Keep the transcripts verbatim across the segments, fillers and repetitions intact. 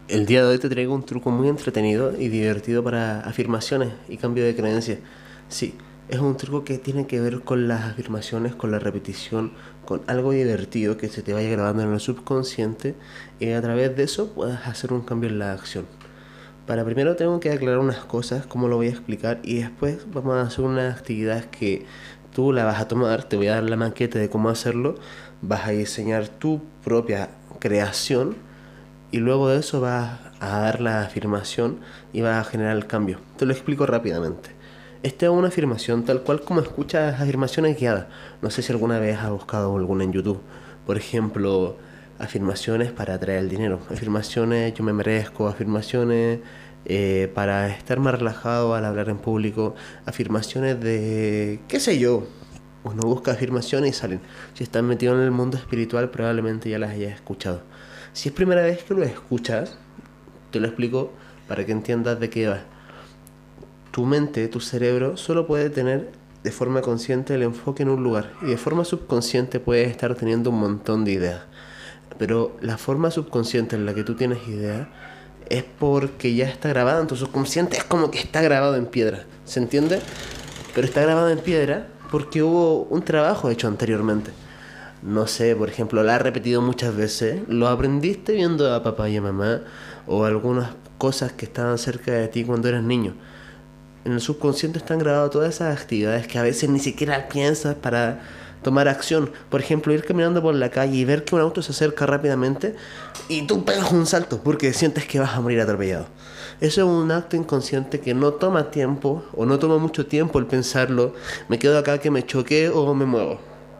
El día de hoy te traigo un truco muy entretenido y divertido para afirmaciones y cambio de creencia. Sí, es un truco que tiene que ver con las afirmaciones, con la repetición, con algo divertido que se te vaya grabando en el subconsciente y a través de eso puedas hacer un cambio en la acción. Para primero tengo que aclarar unas cosas, cómo lo voy a explicar, y después vamos a hacer unas actividades que tú la vas a tomar, te voy a dar la maqueta de cómo hacerlo, vas a diseñar tu propia creación y luego de eso vas a dar la afirmación y vas a generar el cambio. Te lo explico rápidamente. Esta es una afirmación tal cual como escuchas afirmaciones guiadas. No sé si alguna vez has buscado alguna en YouTube. Por ejemplo, afirmaciones para atraer el dinero. Afirmaciones yo me merezco. Afirmaciones eh, para estar más relajado al hablar en público. Afirmaciones de qué sé yo. Uno busca afirmaciones y salen. Si estás metido en el mundo espiritual probablemente ya las hayas escuchado. Si es primera vez que lo escuchas, te lo explico para que entiendas de qué va. Tu mente, tu cerebro, solo puede tener de forma consciente el enfoque en un lugar y de forma subconsciente puedes estar teniendo un montón de ideas. Pero la forma subconsciente en la que tú tienes ideas es porque ya está grabado en tu subconsciente, es como que está grabado en piedra, ¿se entiende? Pero está grabado en piedra porque hubo un trabajo hecho anteriormente. No sé, por ejemplo, la has repetido muchas veces, lo aprendiste viendo a papá y a mamá o algunas cosas que estaban cerca de ti cuando eras niño. En el subconsciente están grabadas todas esas actividades que a veces ni siquiera piensas para tomar acción. Por ejemplo, ir caminando por la calle y ver que un auto se acerca rápidamente y tú pegas un salto porque sientes que vas a morir atropellado. Eso es un acto inconsciente que no toma tiempo o no toma mucho tiempo el pensarlo. Me quedo acá que me choqué o me muevo.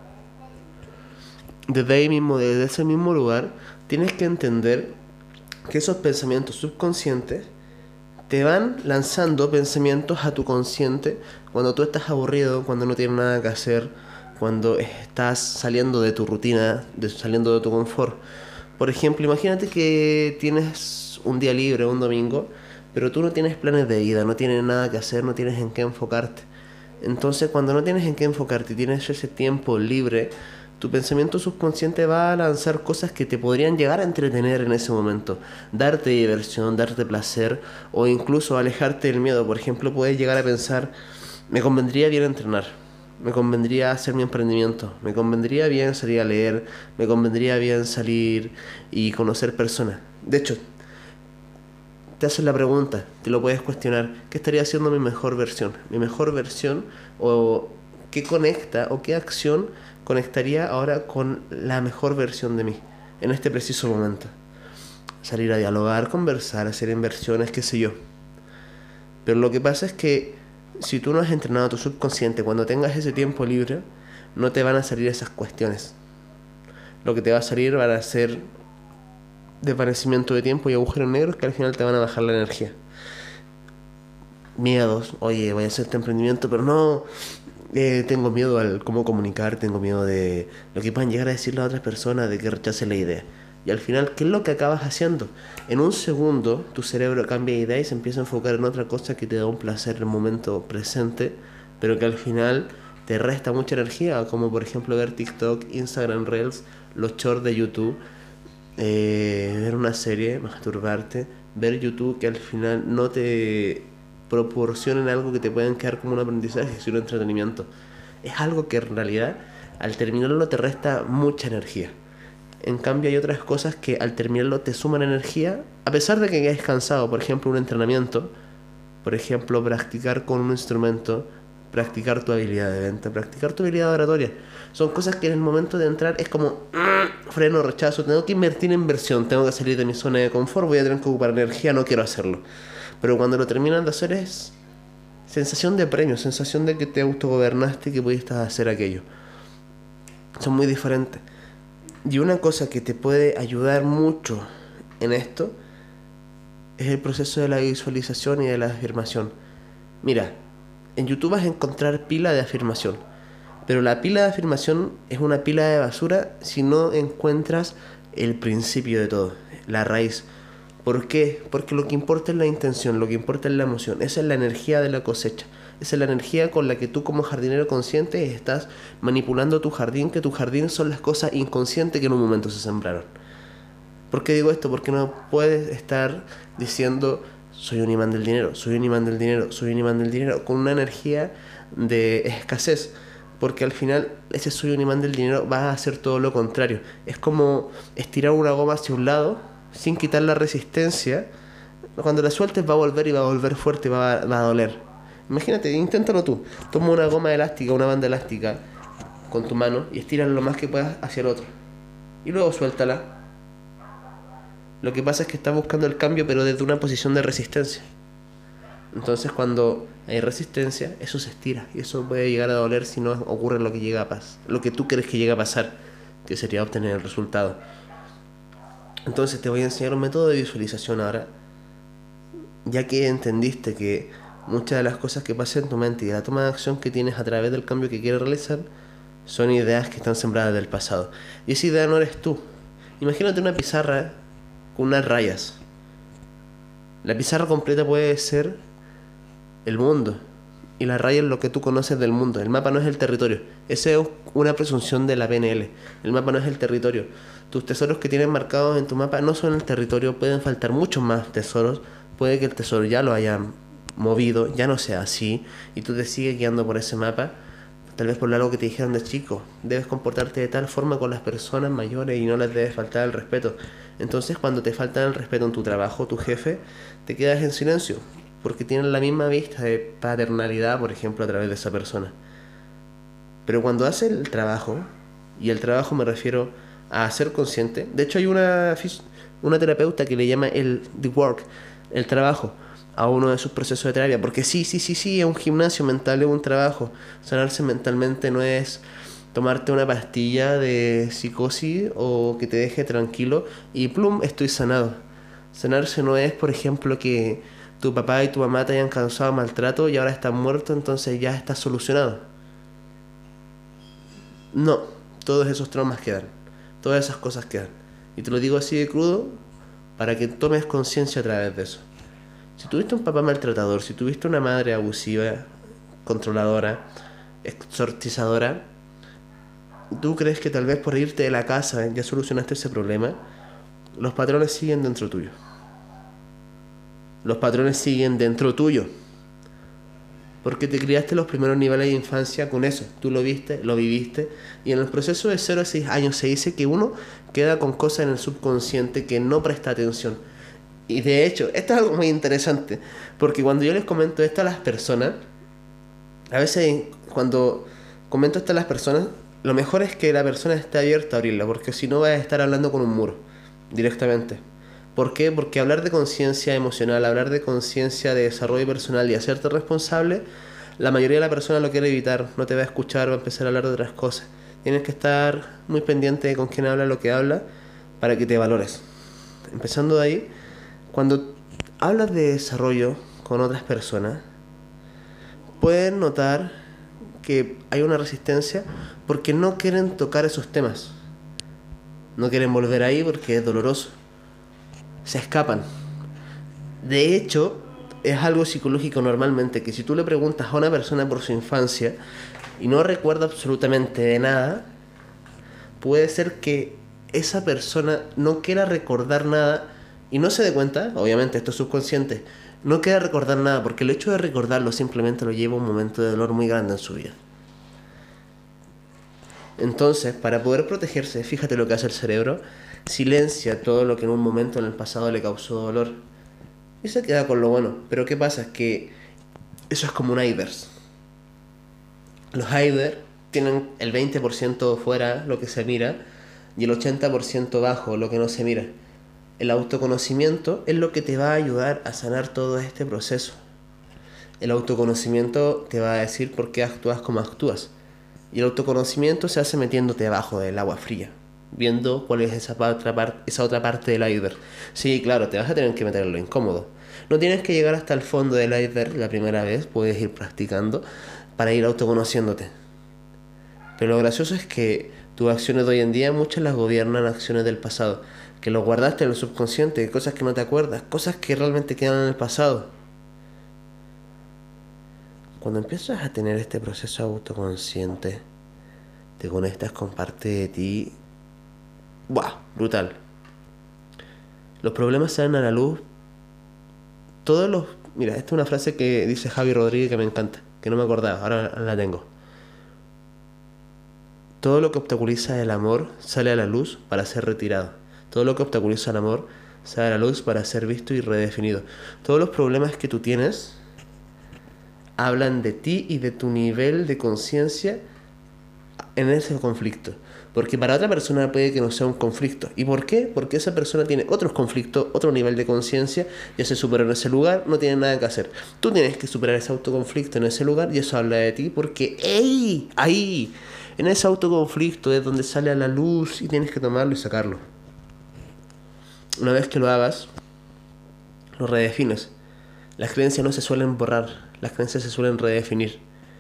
Desde ahí mismo, desde ese mismo lugar, tienes que entender que esos pensamientos subconscientes te van lanzando pensamientos a tu consciente cuando tú estás aburrido, cuando no tienes nada que hacer, cuando estás saliendo de tu rutina, de, saliendo de tu confort. Por ejemplo, imagínate que tienes un día libre, un domingo, pero tú no tienes planes de vida, no tienes nada que hacer, no tienes en qué enfocarte. Entonces, cuando no tienes en qué enfocarte y tienes ese tiempo libre, tu pensamiento subconsciente va a lanzar cosas que te podrían llegar a entretener en ese momento, darte diversión, darte placer o incluso alejarte del miedo. Por ejemplo, puedes llegar a pensar, me convendría bien entrenar, me convendría hacer mi emprendimiento, me convendría bien salir a leer, me convendría bien salir y conocer personas. De hecho, te haces la pregunta, te lo puedes cuestionar, ¿qué estaría haciendo mi mejor versión? Mi mejor versión o qué conecta o qué acción conectaría ahora con la mejor versión de mí en este preciso momento. Salir a dialogar, conversar, hacer inversiones, qué sé yo. Pero lo que pasa es que si tú no has entrenado a tu subconsciente, cuando tengas ese tiempo libre, no te van a salir esas cuestiones. Lo que te va a salir van a ser desvanecimiento de tiempo y agujeros negros que al final te van a bajar la energía. Miedos, oye, voy a hacer este emprendimiento, pero no, eh, tengo miedo al cómo comunicar, tengo miedo de lo que puedan llegar a decir las otras personas, de que rechacen la idea. Y al final, ¿qué es lo que acabas haciendo? En un segundo, tu cerebro cambia de idea y se empieza a enfocar en otra cosa que te da un placer en el momento presente, pero que al final te resta mucha energía, como por ejemplo ver TikTok, Instagram Reels, los shorts de YouTube, eh, ver una serie, masturbarte, ver YouTube que al final no te proporcionen algo que te puedan quedar como un aprendizaje, sino un entretenimiento. Es algo que en realidad al terminarlo te resta mucha energía. En cambio hay otras cosas que al terminarlo te suman energía, a pesar de que quedes cansado. Por ejemplo, un entrenamiento, por ejemplo, practicar con un instrumento, practicar tu habilidad de venta, practicar tu habilidad oratoria. Son cosas que en el momento de entrar es como mmm, freno, rechazo, tengo que invertir en inversión, tengo que salir de mi zona de confort, voy a tener que ocupar energía, no quiero hacerlo. Pero cuando lo terminan de hacer es sensación de premio, sensación de que te autogobernaste y que pudiste hacer aquello. Son muy diferentes. Y una cosa que te puede ayudar mucho en esto es el proceso de la visualización y de la afirmación. Mira, en YouTube vas a encontrar pila de afirmación, pero la pila de afirmación es una pila de basura si no encuentras el principio de todo, la raíz. ¿Por qué? Porque lo que importa es la intención, lo que importa es la emoción, esa es la energía de la cosecha. Esa es la energía con la que tú como jardinero consciente estás manipulando tu jardín, que tu jardín son las cosas inconscientes que en un momento se sembraron. ¿Por qué digo esto? Porque no puedes estar diciendo soy un imán del dinero, soy un imán del dinero, soy un imán del dinero, con una energía de escasez. Porque al final ese soy un imán del dinero va a hacer todo lo contrario. Es como estirar una goma hacia un lado sin quitar la resistencia. Cuando la sueltes va a volver y va a volver fuerte y va a, va a doler. Imagínate, inténtalo tú. Toma una goma elástica, una banda elástica con tu mano y estírala lo más que puedas hacia el otro. Y luego suéltala. Lo que pasa es que estás buscando el cambio pero desde una posición de resistencia. Entonces cuando hay resistencia, eso se estira y eso puede llegar a doler si no ocurre lo que llega a pasar, lo que tú crees que llega a pasar, que sería obtener el resultado. Entonces te voy a enseñar un método de visualización ahora, ya que entendiste que muchas de las cosas que pasan en tu mente y la toma de acción que tienes a través del cambio que quieres realizar son ideas que están sembradas del pasado. Y esa idea no eres tú. Imagínate una pizarra con unas rayas. La pizarra completa puede ser el mundo y la raya es lo que tú conoces del mundo. El mapa no es el territorio. Esa es una presunción de la P N L. El mapa no es el territorio. Tus tesoros que tienes marcados en tu mapa no son el territorio. Pueden faltar muchos más tesoros. Puede que el tesoro ya lo hayan movido, ya no sea así, y tú te sigues guiando por ese mapa, tal vez por algo que te dijeron de chico. Debes comportarte de tal forma con las personas mayores y no les debes faltar el respeto. Entonces cuando te falta el respeto en tu trabajo, tu jefe, te quedas en silencio, porque tienen la misma vista de paternalidad, por ejemplo, a través de esa persona. Pero cuando haces el trabajo, y el trabajo me refiero a ser consciente, de hecho hay una, una terapeuta que le llama el the work, el trabajo, a uno de sus procesos de terapia, porque sí, sí, sí, sí, es un gimnasio mental, es un trabajo. Sanarse mentalmente no es tomarte una pastilla de psicosis o que te deje tranquilo y plum, estoy sanado. Sanarse no es, por ejemplo, que tu papá y tu mamá te hayan causado maltrato y ahora están muertos, entonces ya está solucionado. No, todos esos traumas quedan, todas esas cosas quedan. Y te lo digo así de crudo para que tomes conciencia a través de eso. Si tuviste un papá maltratador, si tuviste una madre abusiva, controladora, exorcizadora, tú crees que tal vez por irte de la casa ya solucionaste ese problema. Los patrones siguen dentro tuyo. Los patrones siguen dentro tuyo. Porque te criaste los primeros niveles de infancia con eso. Tú lo viste, lo viviste. Y en el proceso de cero a seis años se dice que uno queda con cosas en el subconsciente que no presta atención. Y de hecho, esto es algo muy interesante. Porque cuando yo les comento esto a las personas, a veces cuando comento esto a las personas, lo mejor es que la persona esté abierta a abrirla. Porque si no vas a estar hablando con un muro directamente. ¿Por qué? Porque hablar de conciencia emocional, hablar de conciencia de desarrollo personal y hacerte responsable, la mayoría de la persona lo quiere evitar, no te va a escuchar, va a empezar a hablar de otras cosas. Tienes que estar muy pendiente de con quién habla, lo que habla, para que te valores. Empezando de ahí, cuando hablas de desarrollo con otras personas, pueden notar que hay una resistencia porque no quieren tocar esos temas. No quieren volver ahí porque es doloroso. Se escapan. De hecho, es algo psicológico normalmente, que si tú le preguntas a una persona por su infancia y no recuerda absolutamente de nada, puede ser que esa persona no quiera recordar nada y no se dé cuenta, obviamente esto es subconsciente, no quiera recordar nada porque el hecho de recordarlo simplemente lo lleva a un momento de dolor muy grande en su vida. Entonces, para poder protegerse, fíjate lo que hace el cerebro, silencia todo lo que en un momento en el pasado le causó dolor y se queda con lo bueno. Pero ¿qué pasa? Es que eso es como un iceberg. Los iceberg tienen el veinte por ciento fuera, lo que se mira, y el ochenta por ciento bajo, lo que no se mira. El autoconocimiento es lo que te va a ayudar a sanar todo este proceso. El autoconocimiento te va a decir por qué actúas como actúas. Y el autoconocimiento se hace metiéndote abajo del agua fría, viendo cuál es esa otra, parte, esa otra parte del iceberg. Sí, claro, te vas a tener que meter en lo incómodo. No tienes que llegar hasta el fondo del iceberg la primera vez, puedes ir practicando para ir autoconociéndote. Pero lo gracioso es que tus acciones de hoy en día muchas las gobiernan acciones del pasado, que lo guardaste en el subconsciente, cosas que no te acuerdas, cosas que realmente quedan en el pasado. Cuando empiezas a tener este proceso autoconsciente, te conectas con parte de ti, ¡buah! Brutal. Los problemas salen a la luz. Todos los... Mira, esta es una frase que dice Javi Rodríguez que me encanta, que no me acordaba, ahora la tengo. Todo lo que obstaculiza el amor sale a la luz para ser retirado. Todo lo que obstaculiza el amor sale a la luz para ser visto y redefinido. Todos los problemas que tú tienes hablan de ti y de tu nivel de conciencia en ese conflicto. Porque para otra persona puede que no sea un conflicto. ¿Y por qué? Porque esa persona tiene otros conflictos, otro nivel de conciencia, ya se superó en ese lugar, no tiene nada que hacer. Tú tienes que superar ese autoconflicto en ese lugar y eso habla de ti porque ¡ey! Ahí, en ese autoconflicto es donde sale a la luz y tienes que tomarlo y sacarlo. Una vez que lo hagas, lo redefines. Las creencias no se suelen borrar, las creencias se suelen redefinir.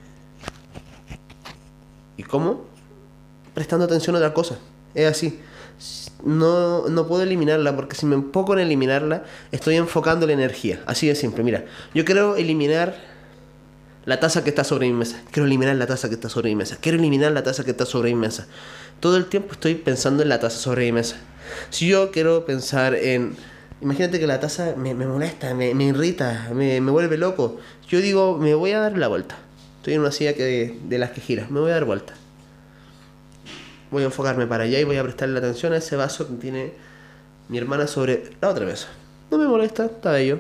¿Y cómo? Prestando atención a otra cosa. Es así. No, no puedo eliminarla porque si me enfoco en eliminarla, estoy enfocando la energía. Así de simple. Mira, yo quiero eliminar la taza que está sobre mi mesa. Quiero eliminar la taza que está sobre mi mesa. Quiero eliminar la taza que está sobre mi mesa. Todo el tiempo estoy pensando en la taza sobre mi mesa. Si yo quiero pensar en... Imagínate que la taza me, me molesta, me, me irrita, me, me vuelve loco. Yo digo, me voy a dar la vuelta. Estoy en una silla que de, de las que gira. Me voy a dar vuelta. Voy a enfocarme para allá y voy a prestarle atención a ese vaso que tiene mi hermana sobre la otra mesa. No me molesta, está bello.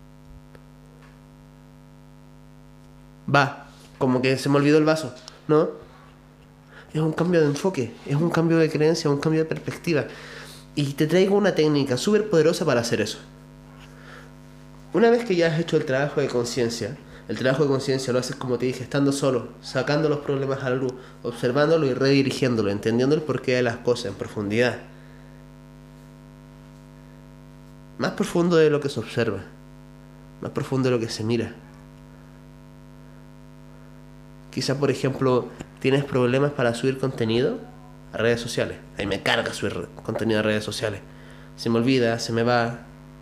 Va, como que se me olvidó el vaso, ¿no? Es un cambio de enfoque, es un cambio de creencia, un cambio de perspectiva. Y te traigo una técnica súper poderosa para hacer eso. Una vez que ya has hecho el trabajo de conciencia, el trabajo de conciencia lo haces como te dije, estando solo, sacando los problemas a la luz, observándolo y redirigiéndolo, entendiendo el porqué de las cosas en profundidad. Más profundo de lo que se observa, más profundo de lo que se mira. Quizá, por ejemplo, tienes problemas para subir contenido a redes sociales. Ahí me carga subir contenido a redes sociales. Se me olvida, se me va.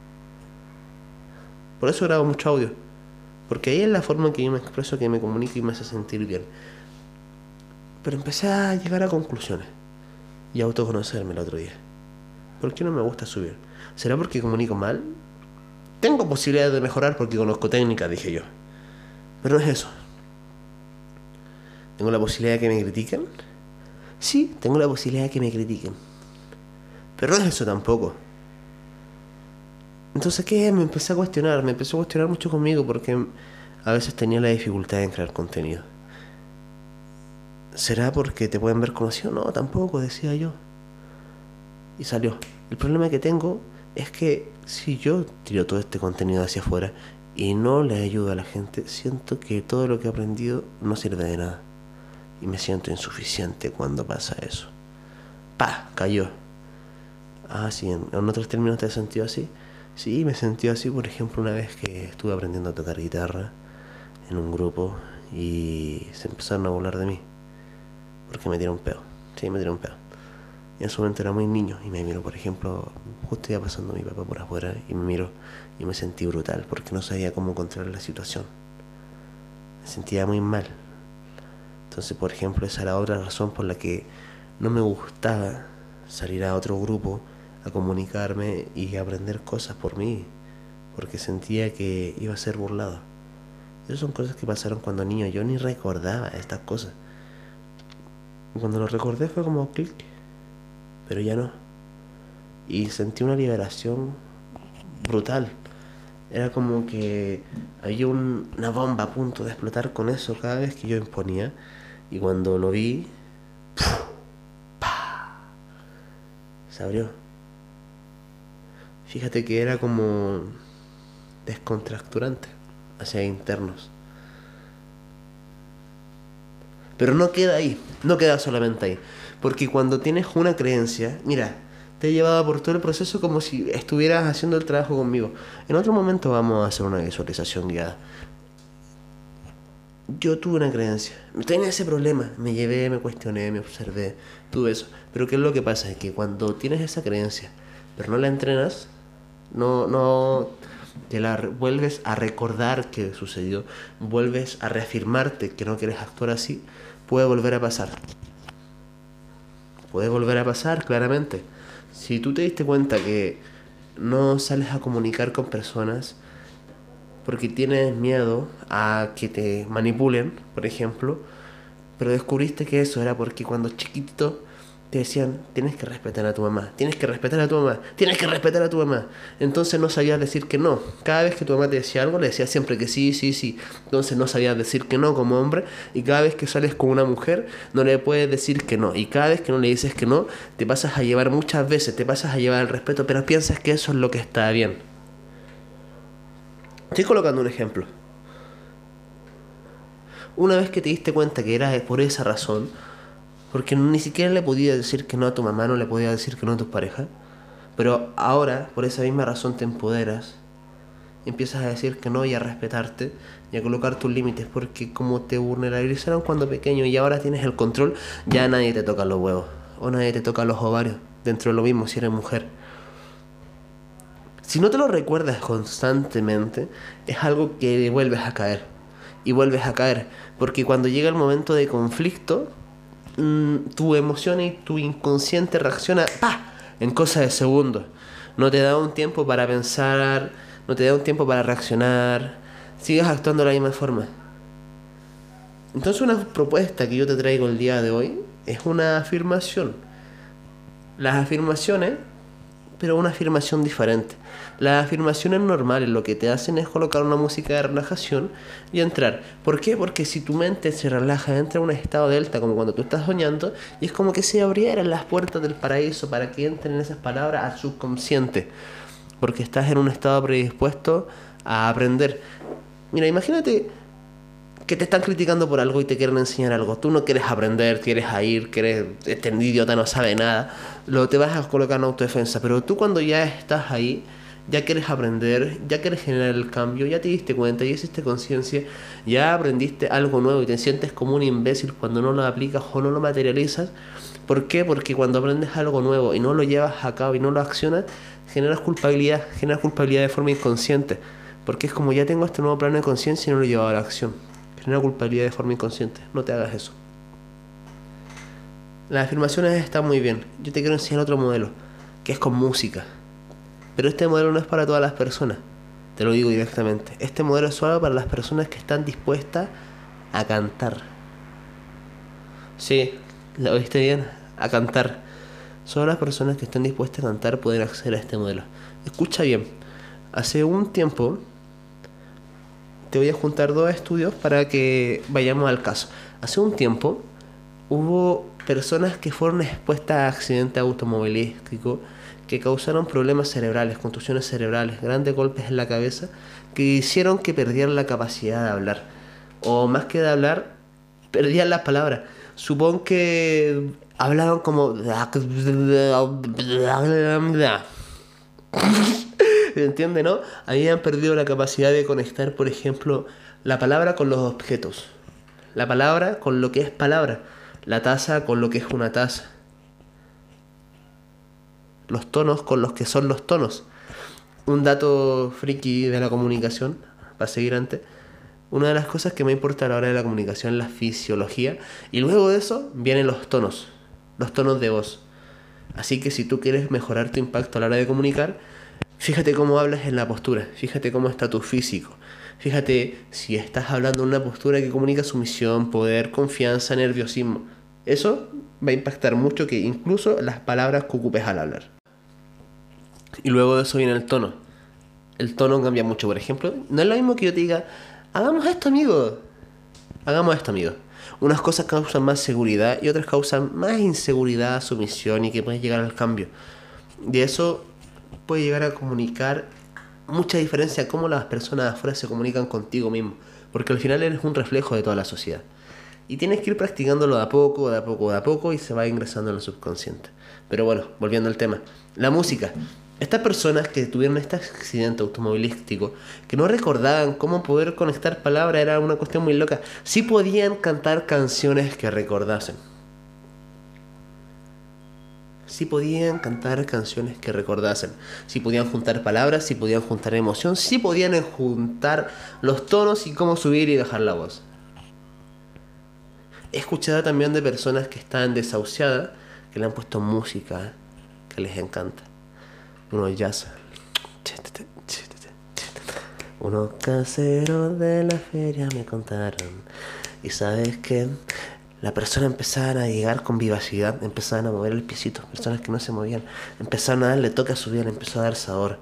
Por eso grabo mucho audio. Porque ahí es la forma en que yo me expreso, que me comunico y me hace sentir bien. Pero empecé a llegar a conclusiones y a autoconocerme el otro día. ¿Por qué no me gusta subir? ¿Será porque comunico mal? Tengo posibilidades de mejorar porque conozco técnicas, dije yo. Pero no es eso. ¿Tengo la posibilidad de que me critiquen? Sí, tengo la posibilidad de que me critiquen. Pero no es eso tampoco. Entonces, ¿qué? Me empecé a cuestionar, me empecé a cuestionar mucho conmigo porque a veces tenía la dificultad en crear contenido. ¿Será porque te pueden ver como así o no? Tampoco, decía yo. Y salió. El problema que tengo es que si yo tiro todo este contenido hacia afuera y no le ayudo a la gente, siento que todo lo que he aprendido no sirve de nada. Y me siento insuficiente cuando pasa eso. ¡Pah! Cayó. Ah, sí, en, en otros términos te has sentido así. Sí, me sentí así, por ejemplo, una vez que estuve aprendiendo a tocar guitarra en un grupo y se empezaron a burlar de mí porque me tiró un pedo. Sí, me tiró un pedo. Y en su momento era muy niño y me miró, por ejemplo, justo iba pasando mi papá por afuera y me miró y me sentí brutal porque no sabía cómo controlar la situación. Me sentía muy mal. Entonces, por ejemplo, esa era otra razón por la que no me gustaba salir a otro grupo a comunicarme y a aprender cosas por mí, porque sentía que iba a ser burlado. Esas son cosas que pasaron cuando niño. Yo ni recordaba estas cosas. Y cuando lo recordé fue como clic, pero ya no. Y sentí una liberación brutal. Era como que había un, una bomba a punto de explotar con eso cada vez que yo imponía. Y cuando lo vi, ¡puf! ¡Pah! Se abrió. Fíjate que era como descontracturante hacia internos. Pero no queda ahí, no queda solamente ahí. Porque cuando tienes una creencia, mira, te he llevado por todo el proceso como si estuvieras haciendo el trabajo conmigo. En otro momento vamos a hacer una visualización guiada. Yo tuve una creencia, tenía ese problema, me llevé, me cuestioné, me observé, tuve eso. Pero ¿qué es lo que pasa? Es que cuando tienes esa creencia, pero no la entrenas, no, no te la vuelves a recordar que sucedió, vuelves a reafirmarte que no quieres actuar así, puede volver a pasar. Puede volver a pasar, claramente. Si tú te diste cuenta que no sales a comunicar con personas porque tienes miedo a que te manipulen, por ejemplo, pero descubriste que eso era porque cuando chiquitito te decían, tienes que respetar a tu mamá, tienes que respetar a tu mamá, tienes que respetar a tu mamá. Entonces no sabías decir que no. Cada vez que tu mamá te decía algo, le decías siempre que sí, sí, sí. Entonces no sabías decir que no como hombre. Y cada vez que sales con una mujer, no le puedes decir que no. Y cada vez que no le dices que no, te pasas a llevar muchas veces, te pasas a llevar el respeto, pero piensas que eso es lo que está bien. Estoy colocando un ejemplo. Una vez que te diste cuenta que era por esa razón, porque ni siquiera le podías decir que no a tu mamá, no le podías decir que no a tu pareja, pero ahora, por esa misma razón, te empoderas, empiezas a decir que no y a respetarte y a colocar tus límites, porque como te vulnerabilizaron cuando pequeño y ahora tienes el control, ya nadie te toca los huevos, o nadie te toca los ovarios, dentro de lo mismo si eres mujer. Si no te lo recuerdas constantemente, es algo que vuelves a caer, y vuelves a caer, porque cuando llega el momento de conflicto, tu emoción y tu inconsciente reacciona ¡pah! En cosas de segundos. No te da un tiempo para pensar, no te da un tiempo para reaccionar, sigues actuando de la misma forma. Entonces una propuesta que yo te traigo el día de hoy es una afirmación. Las afirmaciones, pero una afirmación diferente. Las afirmaciones normales lo que te hacen es colocar una música de relajación y entrar. ¿Por qué? Porque si tu mente se relaja, entra en un estado delta, como cuando tú estás soñando, y es como que se abrieran las puertas del paraíso para que entren esas palabras al subconsciente. Porque estás en un estado predispuesto a aprender. Mira, imagínate que te están criticando por algo y te quieren enseñar algo. Tú no quieres aprender, quieres ir, quieres, este idiota no sabe nada. Lo te vas a colocar en autodefensa. Pero tú cuando ya estás ahí, ya quieres aprender, ya quieres generar el cambio, ya te diste cuenta, ya hiciste conciencia, ya aprendiste algo nuevo y te sientes como un imbécil cuando no lo aplicas o no lo materializas. ¿Por qué? Porque cuando aprendes algo nuevo y no lo llevas a cabo y no lo accionas, generas culpabilidad, generas culpabilidad de forma inconsciente. Porque es como ya tengo este nuevo plano de conciencia y no lo he llevado a la acción. Genera culpabilidad de forma inconsciente. No te hagas eso. Las afirmaciones están muy bien. Yo te quiero enseñar otro modelo, que es con música. Pero este modelo no es para todas las personas. Te lo digo directamente. Este modelo es solo para las personas que están dispuestas a cantar. Sí, lo oíste bien. A cantar. Solo las personas que están dispuestas a cantar pueden acceder a este modelo. Escucha bien. Hace un tiempo te voy a juntar dos estudios para que vayamos al caso. Hace un tiempo hubo personas que fueron expuestas a accidentes automovilísticos que causaron problemas cerebrales, contusiones cerebrales, grandes golpes en la cabeza, que hicieron que perdieran la capacidad de hablar. O más que de hablar, perdían las palabras. Supón que hablaban como... ¿Entiende, no? Habían perdido la capacidad de conectar, por ejemplo, la palabra con los objetos. La palabra con lo que es palabra. La taza con lo que es una taza. Los tonos con los que son los tonos. Un dato friki de la comunicación, para seguir antes. Una de las cosas que me importa a la hora de la comunicación es la fisiología. Y luego de eso vienen los tonos. Los tonos de voz. Así que si tú quieres mejorar tu impacto a la hora de comunicar, fíjate cómo hablas en la postura. Fíjate cómo está tu físico. Fíjate si estás hablando en una postura que comunica sumisión, poder, confianza, nerviosismo. Eso va a impactar mucho que incluso las palabras que ocupes al hablar. Y luego de eso viene el tono. El tono cambia mucho. Por ejemplo, no es lo mismo que yo te diga, hagamos esto, amigo. Hagamos esto, amigo. Unas cosas causan más seguridad y otras causan más inseguridad, sumisión y que puedes llegar al cambio. Y eso puede llegar a comunicar mucha diferencia cómo las personas afuera se comunican contigo mismo. Porque al final eres un reflejo de toda la sociedad. Y tienes que ir practicándolo de a poco, de a poco, de a poco y se va ingresando en el subconsciente. Pero bueno, volviendo al tema. La música. Estas personas que tuvieron este accidente automovilístico, que no recordaban cómo poder conectar palabras, era una cuestión muy loca. Sí podían cantar canciones que recordasen. Sí podían cantar canciones que recordasen. Sí podían juntar palabras, sí podían juntar emoción, sí podían juntar los tonos y cómo subir y bajar la voz. He escuchado también de personas que están desahuciadas, que le han puesto música que les encanta. Unos jazz Unos caseros de la feria me contaron. Y sabes que las personas empezaban a llegar con vivacidad, empezaban a mover el piecito, personas que no se movían, empezaron a darle toque a su vida, le empezó a dar sabor.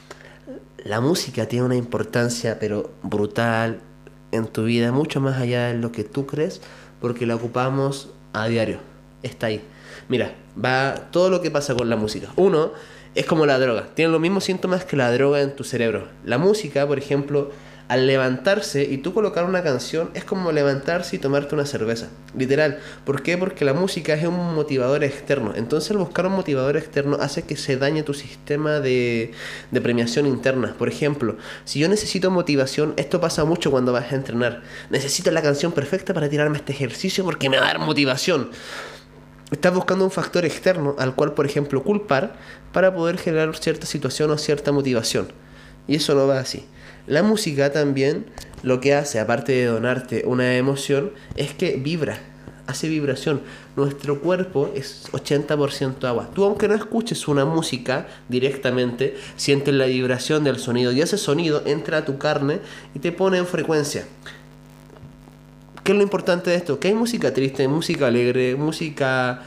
La música tiene una importancia pero brutal en tu vida, mucho más allá de lo que tú crees, porque la ocupamos a diario, está ahí. Mira, va todo lo que pasa con la música. Uno, es como la droga, tiene los mismos síntomas que la droga en tu cerebro. La música, por ejemplo, al levantarse y tú colocar una canción, es como levantarse y tomarte una cerveza, literal. ¿Por qué? Porque la música es un motivador externo. Entonces, al buscar un motivador externo hace que se dañe tu sistema de, de premiación interna. Por ejemplo, si yo necesito motivación, esto pasa mucho cuando vas a entrenar. Necesito la canción perfecta para tirarme este ejercicio porque me va a dar motivación. Estás buscando un factor externo al cual, por ejemplo, culpar para poder generar cierta situación o cierta motivación. Y eso no va así. La música también lo que hace, aparte de donarte una emoción, es que vibra, hace vibración. Nuestro cuerpo es ochenta por ciento agua. Tú, aunque no escuches una música directamente, sientes la vibración del sonido y ese sonido entra a tu carne y te pone en frecuencia. ¿Qué es lo importante de esto? Que hay música triste, música alegre, música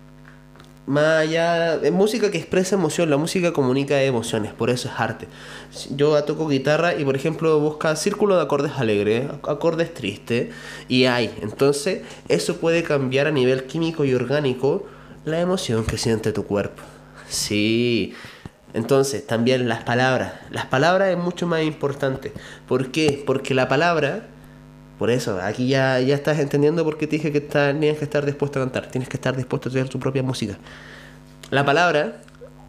más allá, es música que expresa emoción. La música comunica emociones, por eso es arte. Yo toco guitarra y, por ejemplo, busca círculo de acordes alegres, acordes tristes, y hay. Entonces, eso puede cambiar a nivel químico y orgánico la emoción que siente tu cuerpo. Sí. Entonces, también las palabras. Las palabras es mucho más importante. ¿Por qué? Porque la palabra... Por eso, aquí ya, ya estás entendiendo por qué te dije que está, tienes que estar dispuesto a cantar. Tienes que estar dispuesto a hacer tu propia música. La palabra...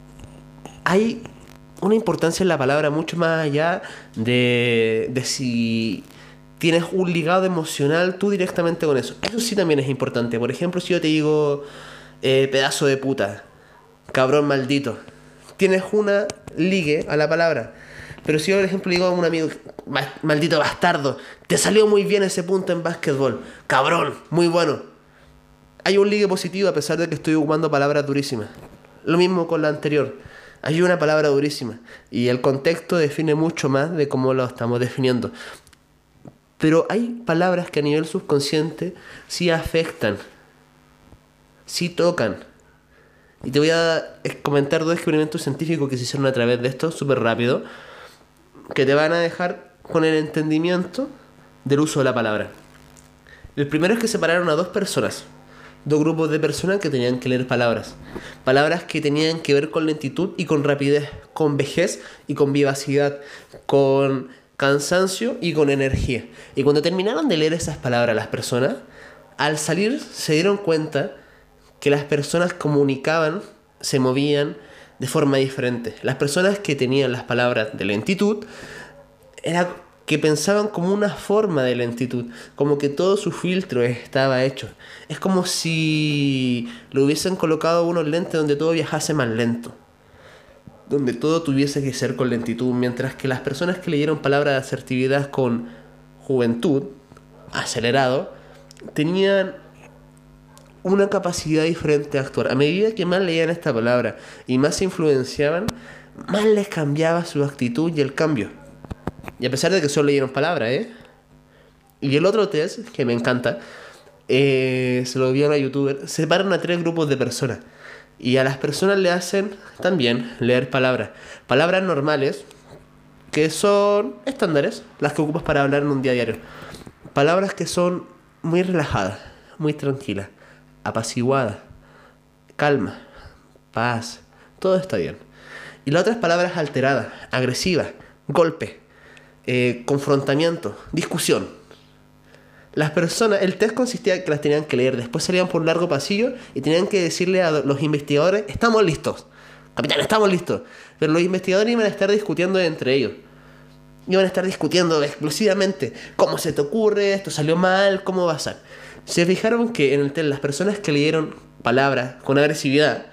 Hay una importancia en la palabra mucho más allá de, de si tienes un ligado emocional tú directamente con eso. Eso sí también es importante. Por ejemplo, si yo te digo eh, pedazo de puta, cabrón maldito, tienes una ligue a la palabra. Pero si yo, por ejemplo, digo a un amigo, maldito bastardo, te salió muy bien ese punto en básquetbol, cabrón, muy bueno. Hay un ligue positivo a pesar de que estoy ocupando palabras durísimas. Lo mismo con la anterior. Hay una palabra durísima y el contexto define mucho más de cómo lo estamos definiendo. Pero hay palabras que a nivel subconsciente sí afectan, sí tocan. Y te voy a comentar dos experimentos científicos que se hicieron a través de esto, súper rápido, que te van a dejar con el entendimiento del uso de la palabra. El primero es que separaron a dos personas, dos grupos de personas que tenían que leer palabras. Palabras que tenían que ver con lentitud y con rapidez, con vejez y con vivacidad, con cansancio y con energía. Y cuando terminaron de leer esas palabras las personas, al salir se dieron cuenta que las personas comunicaban, se movían de forma diferente. Las personas que tenían las palabras de lentitud era que pensaban como una forma de lentitud, como que todo su filtro estaba hecho. Es como si le hubiesen colocado unos lentes donde todo viajase más lento, donde todo tuviese que ser con lentitud, mientras que las personas que leyeron palabras de asertividad con juventud, acelerado, tenían una capacidad diferente de actuar. A medida que más leían esta palabra y más se influenciaban, más les cambiaba su actitud y el cambio. Y a pesar de que solo leyeron palabras, ¿eh? Y el otro test, que me encanta, eh, se lo vi a una youtuber, separan a tres grupos de personas. Y a las personas le hacen también leer palabras. Palabras normales, que son estándares, las que ocupas para hablar en un día a diario. Palabras que son muy relajadas, muy tranquilas, apaciguada, calma, paz, todo está bien. Y las otras palabras alteradas, agresivas, golpe, eh, confrontamiento, discusión. Las personas, el test consistía en que las tenían que leer, después salían por un largo pasillo y tenían que decirle a los investigadores, estamos listos, capitán, estamos listos. Pero los investigadores iban a estar discutiendo entre ellos. Iban a estar discutiendo explosivamente, ¿cómo se te ocurre? ¿Esto salió mal? ¿Cómo va a ser? Se fijaron que en el test las personas que leyeron palabras con agresividad,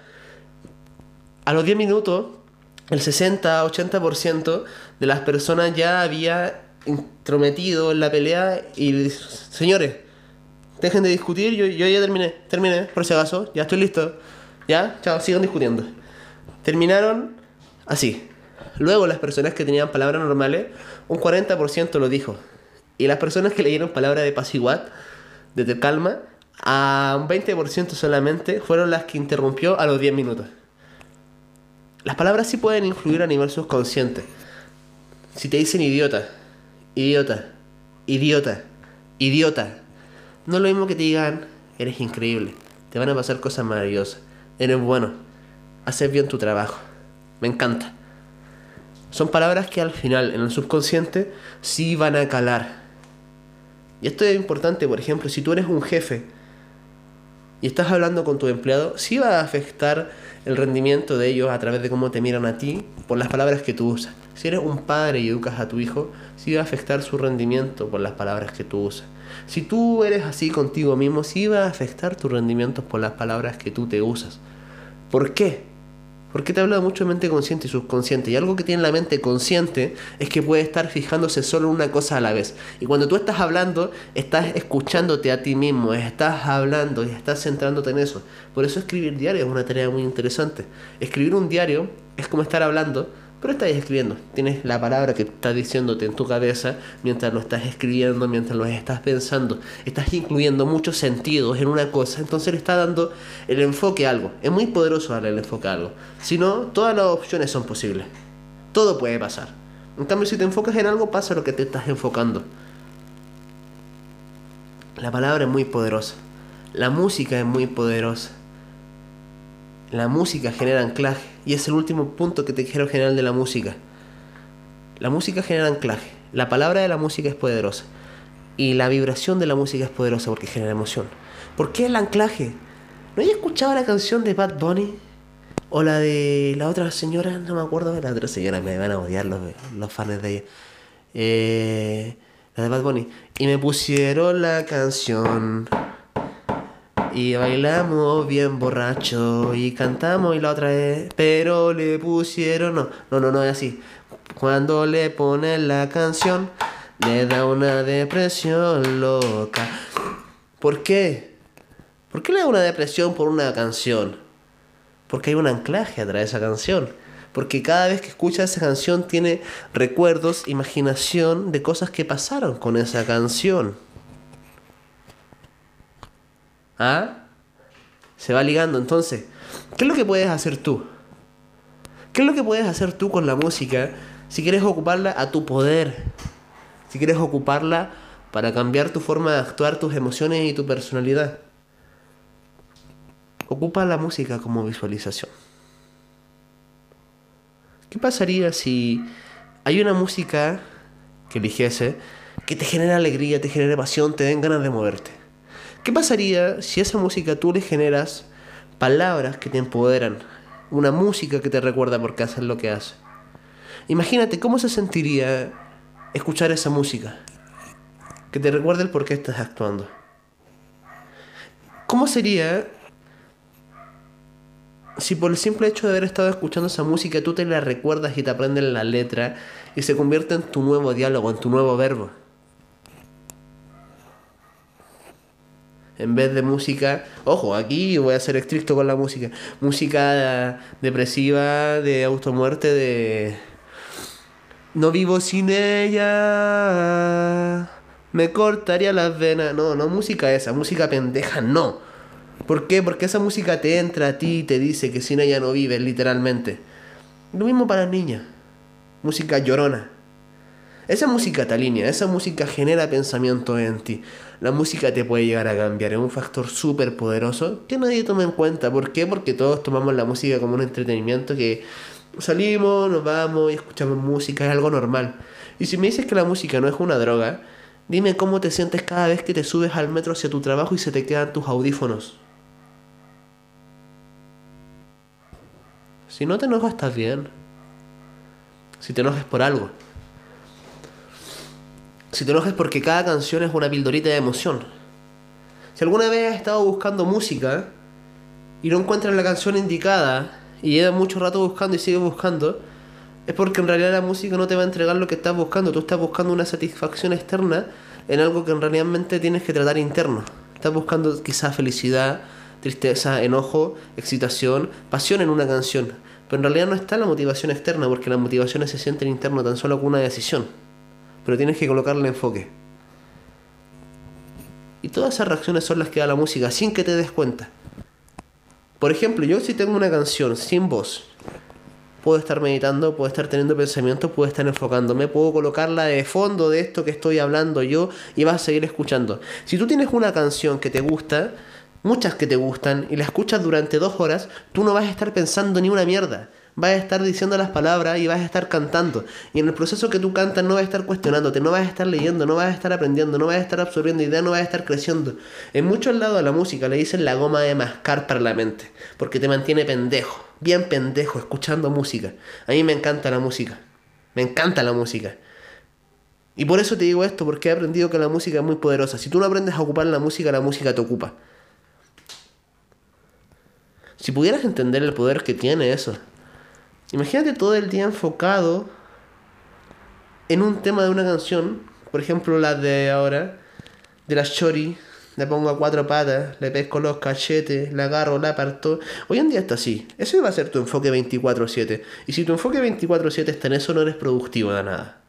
a los diez minutos, el sesenta a ochenta por ciento de las personas ya había intrometido en la pelea y, señores, dejen de discutir, yo, yo ya terminé, terminé, por si acaso, ya estoy listo, ya, chao, sigan discutiendo. Terminaron así, Luego las personas que tenían palabras normales, un cuarenta por ciento lo dijo. Y las personas que leyeron palabras de apaciguar, de calma, a un veinte por ciento solamente fueron las que interrumpió a los diez minutos. Las palabras sí pueden influir a nivel subconsciente. Si te dicen idiota, idiota, idiota, idiota, no es lo mismo que te digan eres increíble, te van a pasar cosas maravillosas, eres bueno, haces bien tu trabajo, me encanta. Son palabras que al final en el subconsciente sí van a calar. Y esto es importante, por ejemplo, si tú eres un jefe y estás hablando con tu empleado, sí va a afectar el rendimiento de ellos a través de cómo te miran a ti por las palabras que tú usas. Si eres un padre y educas a tu hijo, sí va a afectar su rendimiento por las palabras que tú usas. Si tú eres así contigo mismo, sí va a afectar tu rendimiento por las palabras que tú te usas. ¿Por qué? Porque te hablo mucho de mente consciente y subconsciente. Y algo que tiene la mente consciente es que puede estar fijándose solo en una cosa a la vez. Y cuando tú estás hablando, estás escuchándote a ti mismo, estás hablando y estás centrándote en eso. Por eso escribir diario es una tarea muy interesante. Escribir un diario es como estar hablando, pero estás escribiendo. Tienes la palabra que estás diciéndote en tu cabeza mientras lo estás escribiendo, mientras lo estás pensando. Estás incluyendo muchos sentidos en una cosa, entonces le estás dando el enfoque a algo. Es muy poderoso darle el enfoque a algo. Si no, todas las opciones son posibles. Todo puede pasar. En cambio, si te enfocas en algo, pasa lo que te estás enfocando. La palabra es muy poderosa. La música es muy poderosa. La música genera anclaje. Y es el último punto que te quiero generar de la música. La música genera anclaje. La palabra de la música es poderosa. Y la vibración de la música es poderosa porque genera emoción. ¿Por qué el anclaje? ¿No he escuchado la canción de Bad Bunny? O la de la otra señora, no me acuerdo de la otra señora, me van a odiar los, los fans de ella. Eh, la de Bad Bunny. Y me pusieron la canción... Y bailamos bien borracho y cantamos y la otra vez, pero le pusieron, no, no, no, no es así. Cuando le ponen la canción, le da una depresión loca. ¿Por qué? ¿Por qué le da una depresión por una canción? Porque hay un anclaje atrás de esa canción. Porque cada vez que escucha esa canción tiene recuerdos, imaginación de cosas que pasaron con esa canción. ¿Ah? Se va ligando. Entonces, ¿qué es lo que puedes hacer tú? ¿Qué es lo que puedes hacer tú con la música si quieres ocuparla a tu poder? Si quieres ocuparla para cambiar tu forma de actuar, tus emociones y tu personalidad. Ocupa la música como visualización. ¿Qué pasaría si hay una música que eligiese que te genera alegría, te genera pasión, te den ganas de moverte? ¿Qué pasaría si a esa música tú le generas palabras que te empoderan? Una música que te recuerda por qué haces lo que haces. Imagínate cómo se sentiría escuchar esa música que te recuerda el por qué estás actuando. ¿Cómo sería si por el simple hecho de haber estado escuchando esa música tú te la recuerdas y te aprendes la letra y se convierte en tu nuevo diálogo, en tu nuevo verbo? En vez de música, ojo, aquí voy a ser estricto con la música, música depresiva, de automuerte, de no vivo sin ella, me cortaría las venas. No, no música esa, música pendeja, no. ¿Por qué? Porque esa música te entra a ti y te dice que sin ella no vives, literalmente. Lo mismo para las niñas, música llorona. Esa música te alinea, esa música genera pensamiento en ti. La música te puede llegar a cambiar, es un factor súper poderoso que nadie toma en cuenta. ¿Por qué? Porque todos tomamos la música como un entretenimiento que salimos, nos vamos y escuchamos música, es algo normal. Y si me dices que la música no es una droga, dime cómo te sientes cada vez que te subes al metro hacia tu trabajo y se te quedan tus audífonos. Si no te enojas, estás bien. Si te enojas por algo. Si te enojas porque cada canción es una pildorita de emoción. Si alguna vez has estado buscando música y no encuentras la canción indicada y llevas mucho rato buscando y sigues buscando, es porque en realidad la música no te va a entregar lo que estás buscando. Tú estás buscando una satisfacción externa en algo que en realidad tienes que tratar interno. Estás buscando quizás felicidad, tristeza, enojo, excitación, pasión en una canción. Pero en realidad no está la motivación externa, porque las motivaciones se sienten internas tan solo con una decisión. Pero tienes que colocarle enfoque. Y todas esas reacciones son las que da la música sin que te des cuenta. Por ejemplo, yo si tengo una canción sin voz, puedo estar meditando, puedo estar teniendo pensamientos, puedo estar enfocándome, puedo colocarla de fondo de esto que estoy hablando yo y vas a seguir escuchando. Si tú tienes una canción que te gusta, muchas que te gustan, y la escuchas durante dos horas, tú no vas a estar pensando ni una mierda. Vas a estar diciendo las palabras y vas a estar cantando. Y en el proceso que tú cantas no vas a estar cuestionándote, no vas a estar leyendo, no vas a estar aprendiendo, no vas a estar absorbiendo ideas, no vas a estar creciendo. En muchos lados de la música le dicen la goma de mascar para la mente, porque te mantiene pendejo, bien pendejo, escuchando música. A mí me encanta la música, me encanta la música. Y por eso te digo esto, porque he aprendido que la música es muy poderosa. Si tú no aprendes a ocupar la música, la música te ocupa. Si pudieras entender el poder que tiene eso. Imagínate todo el día enfocado en un tema de una canción, por ejemplo la de ahora, de la Shorty, le pongo a cuatro patas, le pesco los cachetes, la agarro, la aparto. Hoy en día está así. Ese va a ser tu enfoque veinticuatro siete. Y si tu enfoque veinticuatro siete está en eso, no eres productivo de nada.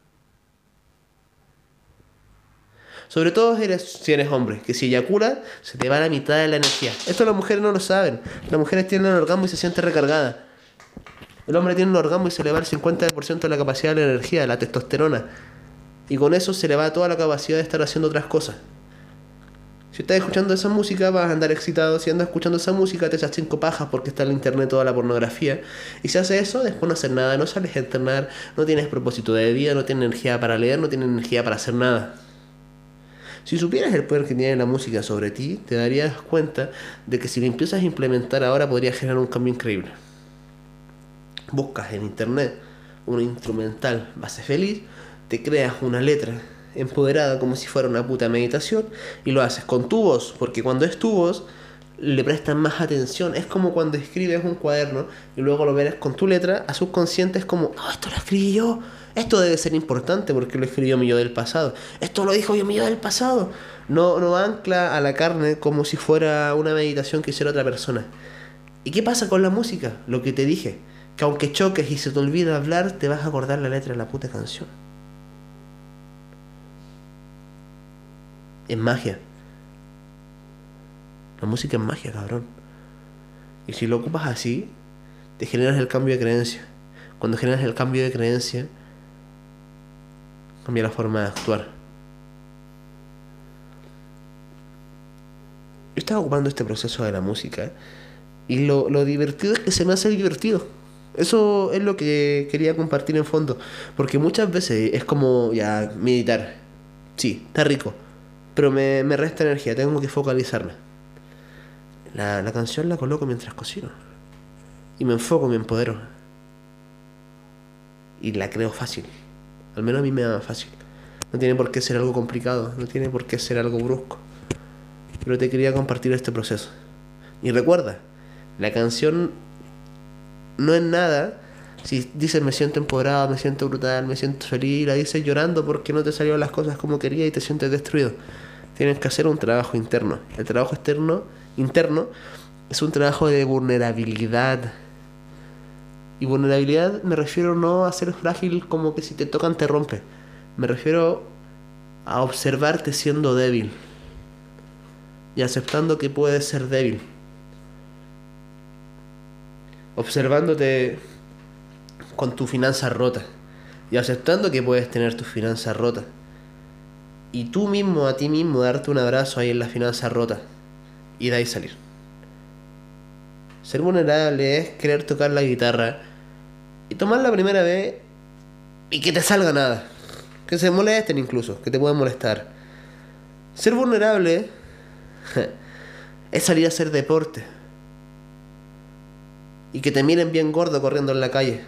Sobre todo si eres, si eres hombre, que si eyaculas, se te va la mitad de la energía. Esto las mujeres no lo saben. Las mujeres tienen el orgasmo y se sienten recargadas. El hombre tiene un orgasmo y se le va el cincuenta por ciento de la capacidad de la energía, de la testosterona. Y con eso se le va toda la capacidad de estar haciendo otras cosas. Si estás escuchando esa música, vas a andar excitado. Si andas escuchando esa música, te echas cinco pajas porque está en internet toda la pornografía. Y si haces eso, después no haces nada, no sales a entrenar, no tienes propósito de vida, no tienes energía para leer, no tienes energía para hacer nada. Si supieras el poder que tiene la música sobre ti, te darías cuenta de que si lo empiezas a implementar ahora, podría generar un cambio increíble. Buscas en internet una instrumental base feliz, te creas una letra empoderada como si fuera una puta meditación y lo haces con tu voz, porque cuando es tu voz le prestan más atención. Es como cuando escribes un cuaderno y luego lo ves con tu letra, a subconsciente es como, oh, esto lo escribí yo, esto debe ser importante porque lo escribió mi yo del pasado, esto lo dijo yo mi yo del pasado. No, no ancla a la carne como si fuera una meditación que hiciera otra persona. ¿Y qué pasa con la música? Lo que te dije, que aunque choques y se te olvide hablar, te vas a acordar la letra de la puta canción. Es magia. La música es magia, cabrón. Y si lo ocupas así, te generas el cambio de creencia. Cuando generas el cambio de creencia, cambia la forma de actuar. Yo estaba ocupando este proceso de la música y lo, lo divertido es que se me hace divertido. Eso es lo que quería compartir en fondo. Porque muchas veces es como, ya, meditar. Sí, está rico, pero me, me resta energía, tengo que focalizarme. La, la canción la coloco mientras cocino. Y me enfoco, me empodero. Y la creo fácil. Al menos a mí me da fácil. No tiene por qué ser algo complicado, no tiene por qué ser algo brusco. Pero te quería compartir este proceso. Y recuerda, la canción no es nada. Si dices me siento empoderado, me siento brutal, me siento feliz, la dices llorando porque no te salieron las cosas como querías y te sientes destruido. Tienes que hacer un trabajo interno. El trabajo externo, interno es un trabajo de vulnerabilidad. Y vulnerabilidad me refiero no a ser frágil como que si te tocan te rompe. Me refiero a observarte siendo débil y aceptando que puedes ser débil. Observándote con tu finanza rota y aceptando que puedes tener tus finanzas rotas. Y tú mismo, a ti mismo, darte un abrazo ahí en las finanzas rotas y de ahí salir. Ser vulnerable es querer tocar la guitarra y tomar la primera vez y que te salga nada. Que se molesten incluso, que te puedan molestar. Ser vulnerable es salir a hacer deporte y que te miren bien gordo corriendo en la calle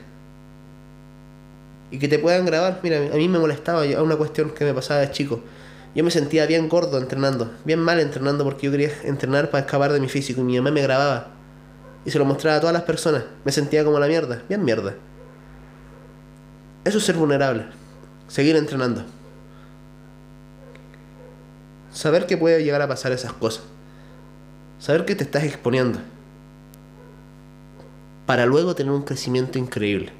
y que te puedan grabar. Mira, a mí me molestaba una cuestión que me pasaba de chico. Yo me sentía bien gordo entrenando, bien mal entrenando porque yo quería entrenar para escapar de mi físico y mi mamá me grababa y se lo mostraba a todas las personas. Me sentía como la mierda, bien mierda. Eso es ser vulnerable, seguir entrenando, saber que puede llegar a pasar esas cosas, Saber que te estás exponiendo para luego tener un crecimiento increíble.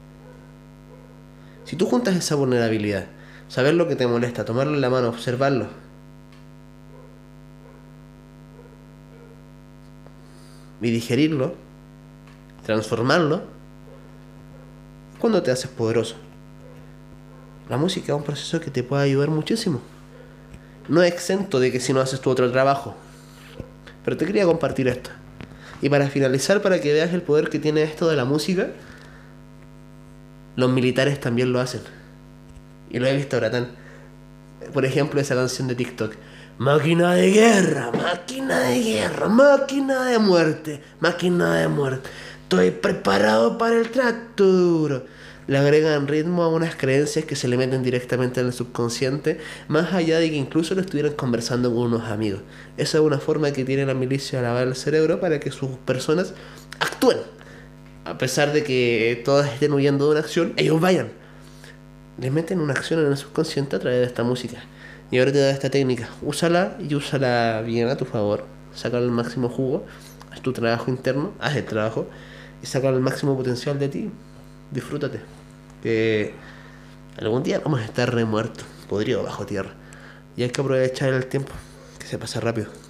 Si tú juntas esa vulnerabilidad, saber lo que te molesta, tomarlo en la mano, observarlo, y digerirlo, transformarlo, cuando te haces poderoso. La música es un proceso que te puede ayudar muchísimo. No es exento de que si no haces tu otro trabajo. Pero te quería compartir esto. Y para finalizar, para que veas el poder que tiene esto de la música, los militares también lo hacen. Y lo he visto ahora tan. Por ejemplo, esa canción de TikTok. Máquina de guerra, máquina de guerra, máquina de muerte, máquina de muerte. Estoy preparado para el trato duro. Le agregan ritmo a unas creencias que se le meten directamente en el subconsciente, más allá de que incluso lo estuvieran conversando con unos amigos. Esa es una forma que tiene la milicia de lavar el cerebro para que sus personas actúen. A pesar de que todas estén huyendo de una acción, ellos vayan. Les meten una acción en el subconsciente a través de esta música. Y ahora te da esta técnica. Úsala y úsala bien a tu favor. Sácale el máximo jugo. Haz tu trabajo interno. Haz el trabajo. Y saca el máximo potencial de ti. Disfrútate. Que algún día vamos a estar remuertos. Podrido bajo tierra. Y hay que aprovechar el tiempo. Que se pasa rápido.